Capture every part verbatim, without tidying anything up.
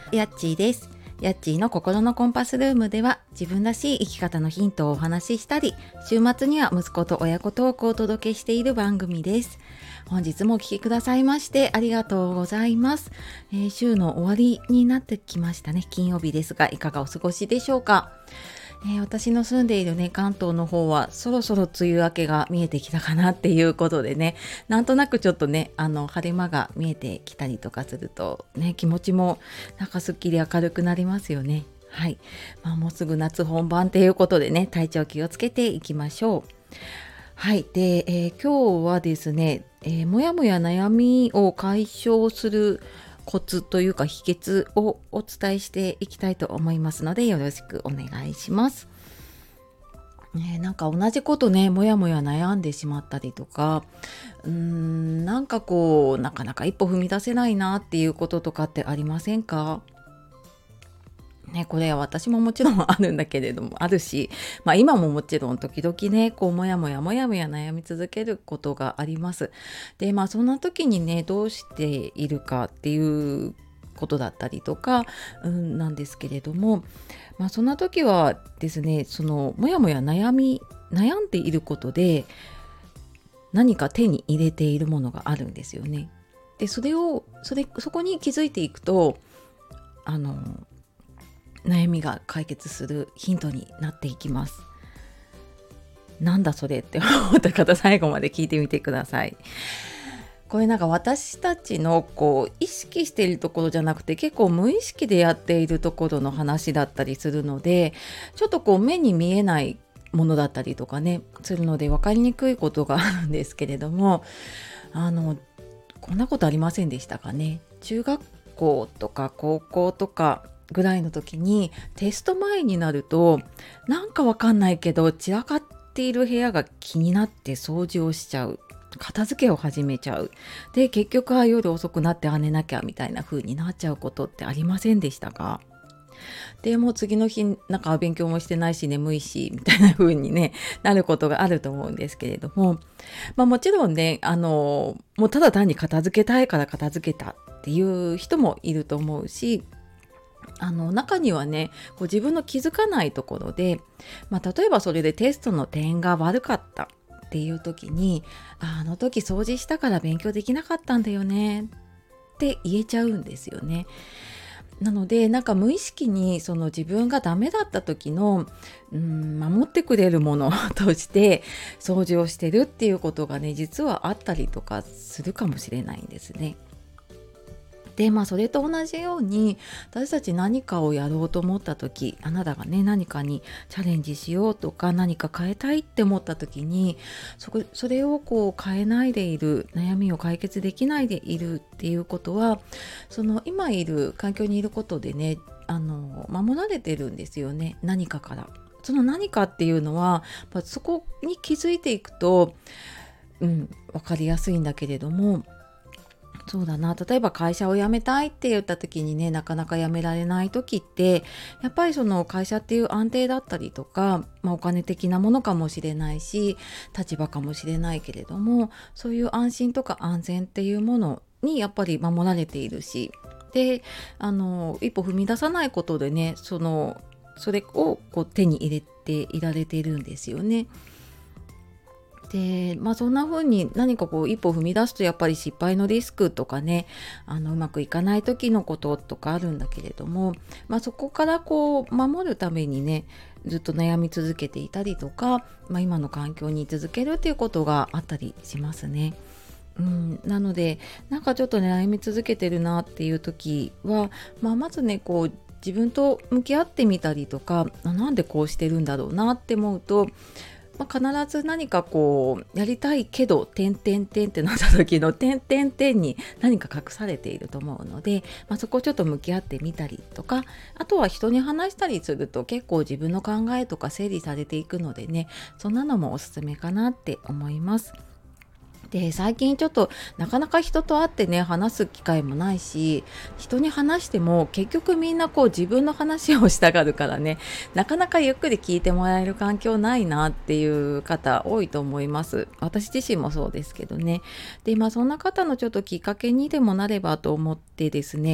やっちーです。やっちーの心のコンパスルームでは、自分らしい生き方のヒントをお話ししたり、週末には息子と親子トークをお届けしている番組です。本日もお聞きくださいましてありがとうございます。えー、週の終わりになってきましたね。金曜日ですが、いかがお過ごしでしょうか。えー、私の住んでいるね関東の方はそろそろ梅雨明けが見えてきたかなっていうことでね、なんとなくちょっとねあの晴れ間が見えてきたりとかするとね、気持ちもなんかすっきり明るくなりますよね。はい、まあ、もうすぐ夏本番っていうことでね、体調気をつけていきましょう。はい。で、えー今日はですね、えーもやもや悩みを解消するコツというか秘訣をお伝えしていきたいと思いますので、よろしくお願いします。ね、なんか同じことね、もやもや悩んでしまったりとか、うーん、なんかこう、なかなか一歩踏み出せないなっていうこととかってありませんか？ね、これは私ももちろんあるんだけれども、あるし、まあ今ももちろん時々ね、こうもやもやもやもや悩み続けることがあります。で、まあそんな時にね、どうしているかっていうことだったりとか、うん、なんですけれども、まあそんな時はですね、そのもやもや悩み、悩んでいることで何か手に入れているものがあるんですよね。で、それを、それ、そこに気づいていくと、あの、悩みが解決するヒントになっていきます。なんだそれって思った方、最後まで聞いてみてください。これなんか私たちのこう意識しているところじゃなくて、結構無意識でやっているところの話だったりするので、ちょっとこう目に見えないものだったりとかねするので分かりにくいことがあるんですけれども、あのこんなことありませんでしたかね。中学校とか高校とかぐらいの時にテスト前になると、なんかわかんないけど散らかっている部屋が気になって掃除をしちゃう。片付けを始めちゃう。で、結局は夜遅くなってあ寝なきゃみたいな風になっちゃうことってありませんでしたか？で、もう次の日なんか勉強もしてないし眠いしみたいな風にねなることがあると思うんですけれども、まあもちろんね、あのもうただ単に片付けたいから片付けたっていう人もいると思うし、あの中にはね、こう自分の気づかないところで、まあ、例えばそれでテストの点が悪かったっていう時に、ああの時掃除したから勉強できなかったんだよねって言えちゃうんですよね。なので、なんか無意識にその自分がダメだった時の、うん、守ってくれるものとして掃除をしてるっていうことがね、実はあったりとかするかもしれないんですね。で、まあそれと同じように、私たち何かをやろうと思った時、あなたがね何かにチャレンジしようとか何か変えたいって思った時に、そこそれをこう変えないでいる、悩みを解決できないでいるっていうことは、その今いる環境にいることでね、あの守られてるんですよね、何かから。その何かっていうのは、まあそこに気づいていくと、うん、分かりやすいんだけれども、そうだな、例えば会社を辞めたいって言った時にね、なかなか辞められない時って、やっぱりその会社っていう安定だったりとか、まあ、お金的なものかもしれないし、立場かもしれないけれども、そういう安心とか安全っていうものにやっぱり守られているし、で、あの一歩踏み出さないことでね、そのそれをこう手に入れていられているんですよね。で、まあそんな風に何かこう一歩踏み出すと、やっぱり失敗のリスクとかね、あのうまくいかない時のこととかあるんだけれども、まあそこからこう守るためにね、ずっと悩み続けていたりとか、まあ今の環境に続けるっていうことがあったりしますね。うん、なので、なんかちょっとね悩み続けてるなっていう時は、まあまずねこう自分と向き合ってみたりとか、あなんでこうしてるんだろうなって思うと、まあ、必ず何かこうやりたいけど点点点ってなった時の点点点に何か隠されていると思うので、まあ、そこをちょっと向き合ってみたりとか、あとは人に話したりすると結構自分の考えとか整理されていくのでね、そんなのもおすすめかなって思います。で、最近ちょっとなかなか人と会ってね話す機会もないし、人に話しても結局みんなこう自分の話をしたがるからね、なかなかゆっくり聞いてもらえる環境ないなっていう方多いと思います。私自身もそうですけどね。で、まあそんな方のちょっときっかけにでもなればと思ってですね、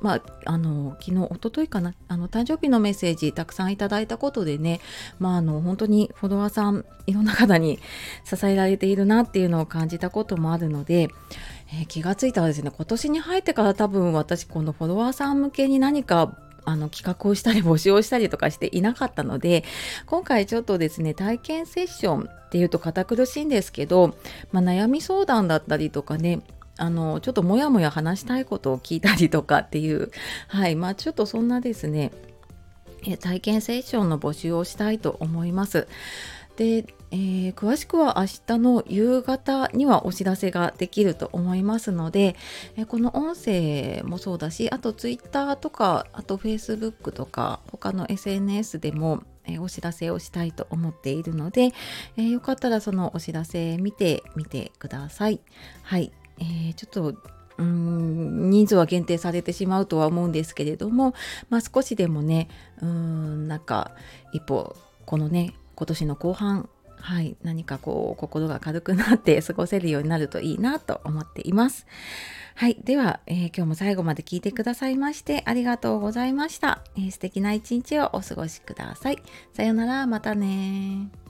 まあ、あの昨日一昨日かな、あの誕生日のメッセージたくさんいただいたことでね、まあ、あの本当にフォロワーさんいろんな方に支えられているなっていうのを感じたこともあるので、えー気がついたらですね、今年に入ってから多分私このフォロワーさん向けに何かあの企画をしたり募集をしたりとかしていなかったので、今回ちょっとですね、体験セッションっていうと堅苦しいんですけど、まあ、悩み相談だったりとかね、あのちょっともやもや話したいことを聞いたりとかっていう、はいまあちょっとそんなですね、え体験セッションの募集をしたいと思います。で、えー詳しくは明日の夕方にはお知らせができると思いますので、えーこの音声もそうだし、あとツイッターとか、あとフェイスブックとか他の エスエヌエス でもえーお知らせをしたいと思っているので、えーよかったらそのお知らせ見てみてください。はい、えーちょっとうーん人数は限定されてしまうとは思うんですけれども、まあ、少しでもね、うーんなんか一歩このね今年の後半、はい、何かこう心が軽くなって過ごせるようになるといいなと思っています。はい、では、えー今日も最後まで聞いてくださいましてありがとうございました。えー素敵な一日をお過ごしください。さようなら、またね。